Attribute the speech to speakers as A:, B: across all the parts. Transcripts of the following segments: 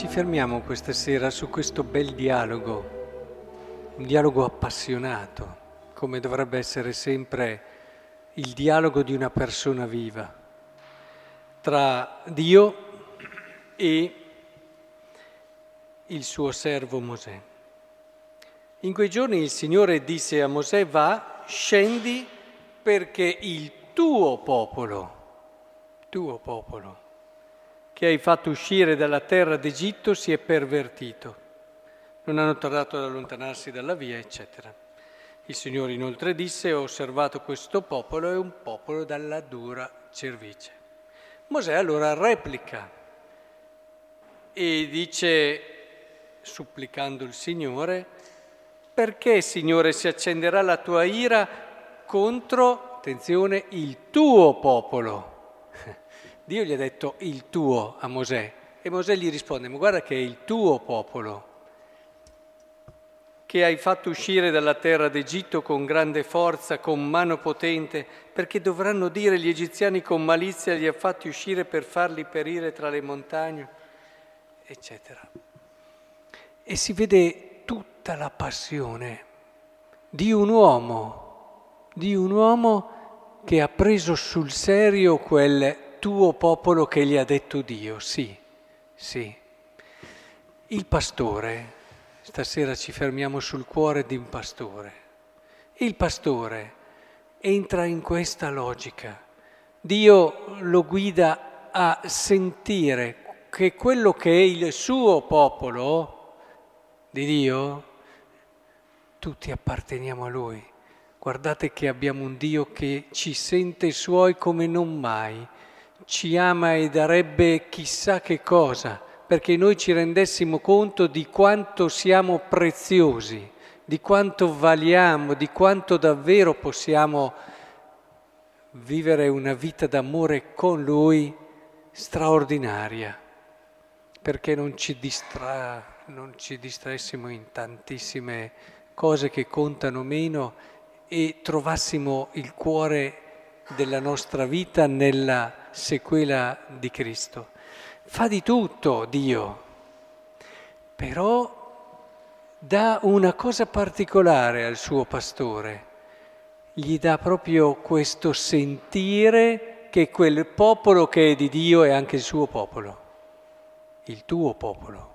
A: Ci fermiamo questa sera su questo bel dialogo, un dialogo appassionato, come dovrebbe essere sempre il dialogo di una persona viva, tra Dio e il suo servo Mosè. In quei giorni il Signore disse a Mosè: va, scendi perché il tuo popolo, che hai fatto uscire dalla terra d'Egitto si è pervertito. Non hanno tardato ad allontanarsi dalla via, eccetera. Il Signore inoltre disse: ho osservato questo popolo, è un popolo dalla dura cervice. Mosè allora replica e dice, supplicando il Signore: perché, Signore, si accenderà la tua ira contro, attenzione, il tuo popolo? Dio gli ha detto il tuo a Mosè e Mosè gli risponde: ma guarda che è il tuo popolo, che hai fatto uscire dalla terra d'Egitto con grande forza, con mano potente, perché dovranno dire gli egiziani con malizia li ha fatti uscire per farli perire tra le montagne, eccetera. E si vede tutta la passione di un uomo che ha preso sul serio quel tuo popolo che gli ha detto Dio, sì. Il pastore, stasera ci fermiamo sul cuore di un pastore. Il pastore entra in questa logica. Dio lo guida a sentire che quello che è il suo popolo di Dio, tutti apparteniamo a Lui. Guardate che abbiamo un Dio che ci sente suoi come non mai, ci ama e darebbe chissà che cosa, perché noi ci rendessimo conto di quanto siamo preziosi, di quanto valiamo, di quanto davvero possiamo vivere una vita d'amore con Lui straordinaria, perché non ci distraessimo in tantissime cose che contano meno e trovassimo il cuore della nostra vita nella sequela di Cristo. Fa di tutto Dio, però dà una cosa particolare al suo pastore, gli dà proprio questo sentire che quel popolo che è di Dio è anche il suo popolo, il tuo popolo.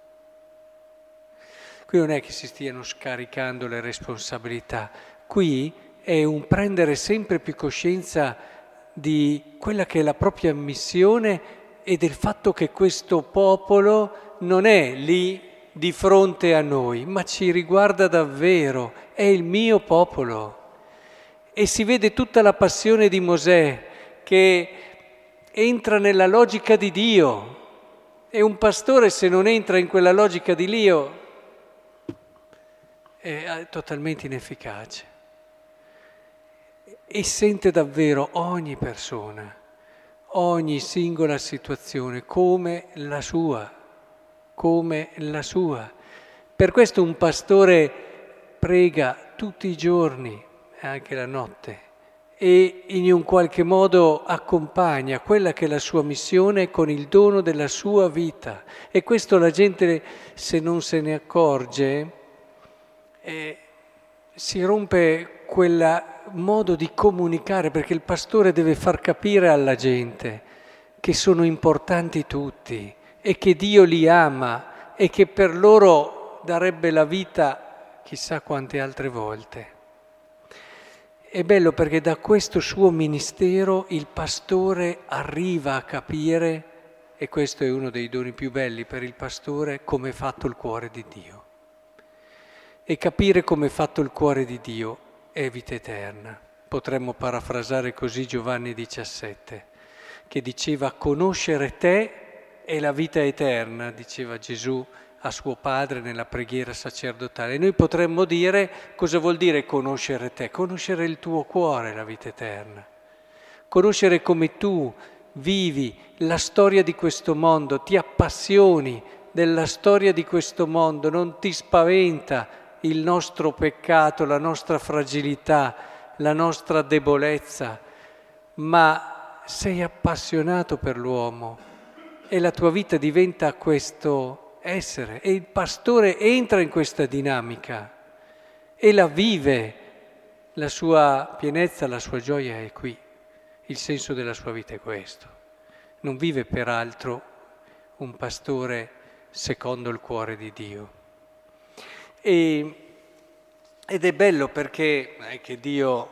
A: Qui non è che si stiano scaricando le responsabilità, qui è un prendere sempre più coscienza di quella che è la propria missione e del fatto che questo popolo non è lì di fronte a noi, ma ci riguarda davvero, è il mio popolo. E si vede tutta la passione di Mosè che entra nella logica di Dio. E un pastore, se non entra in quella logica di Dio, è totalmente inefficace. E sente davvero ogni persona, ogni singola situazione come la sua. Per questo un pastore prega tutti i giorni, anche la notte, e in un qualche modo accompagna quella che è la sua missione con il dono della sua vita. E questo la gente, se non se ne accorge, si rompe quel modo di comunicare, perché il pastore deve far capire alla gente che sono importanti tutti e che Dio li ama e che per loro darebbe la vita chissà quante altre volte. È bello perché da questo suo ministero il pastore arriva a capire, e questo è uno dei doni più belli per il pastore, come è fatto il cuore di Dio. E capire come è fatto il cuore di Dio è vita eterna. Potremmo parafrasare così Giovanni 17, che diceva: conoscere te è la vita eterna, diceva Gesù a suo Padre nella preghiera sacerdotale. E noi potremmo dire: cosa vuol dire conoscere te? Conoscere il tuo cuore è la vita eterna. Conoscere come tu vivi la storia di questo mondo, ti appassioni della storia di questo mondo, non ti spaventa il nostro peccato, la nostra fragilità, la nostra debolezza, ma sei appassionato per l'uomo e la tua vita diventa questo essere e il pastore entra in questa dinamica e la vive, la sua pienezza, la sua gioia è qui, il senso della sua vita è questo. Non vive peraltro un pastore secondo il cuore di Dio. Ed è bello perché non è che Dio,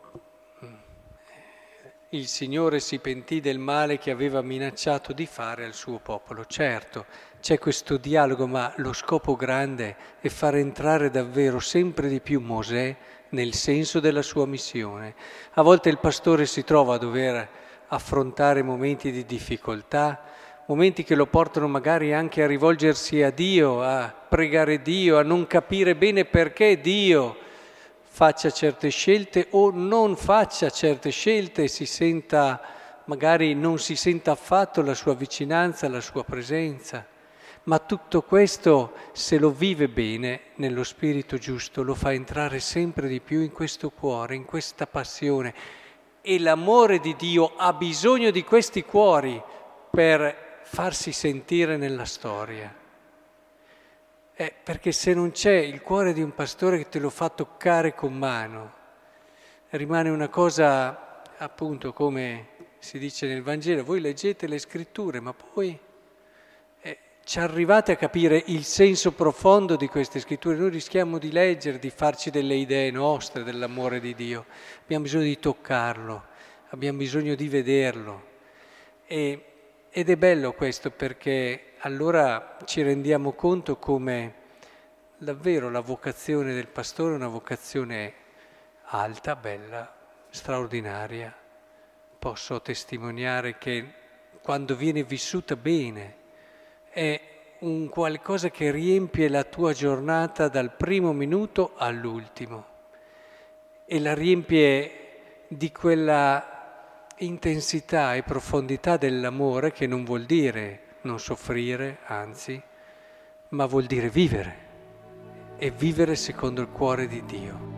A: il Signore si pentì del male che aveva minacciato di fare al suo popolo. Certo, c'è questo dialogo, ma lo scopo grande è far entrare davvero sempre di più Mosè nel senso della sua missione. A volte il pastore si trova a dover affrontare momenti di difficoltà, momenti che lo portano magari anche a rivolgersi a Dio, a pregare Dio, a non capire bene perché Dio faccia certe scelte o non faccia certe scelte, magari non si senta affatto la sua vicinanza, la sua presenza. Ma tutto questo, se lo vive bene, nello spirito giusto, lo fa entrare sempre di più in questo cuore, in questa passione. E l'amore di Dio ha bisogno di questi cuori per farsi sentire nella storia. Perché se non c'è il cuore di un pastore che te lo fa toccare con mano, rimane una cosa, appunto, come si dice nel Vangelo, voi leggete le scritture, ma poi ci arrivate a capire il senso profondo di queste scritture. Noi rischiamo di leggere, di farci delle idee nostre dell'amore di Dio. Abbiamo bisogno di toccarlo, abbiamo bisogno di vederlo. Ed è bello questo perché allora ci rendiamo conto come davvero la vocazione del pastore è una vocazione alta, bella, straordinaria. Posso testimoniare che quando viene vissuta bene è un qualcosa che riempie la tua giornata dal primo minuto all'ultimo e la riempie di quella intensità e profondità dell'amore che non vuol dire non soffrire, anzi, ma vuol dire vivere e vivere secondo il cuore di Dio.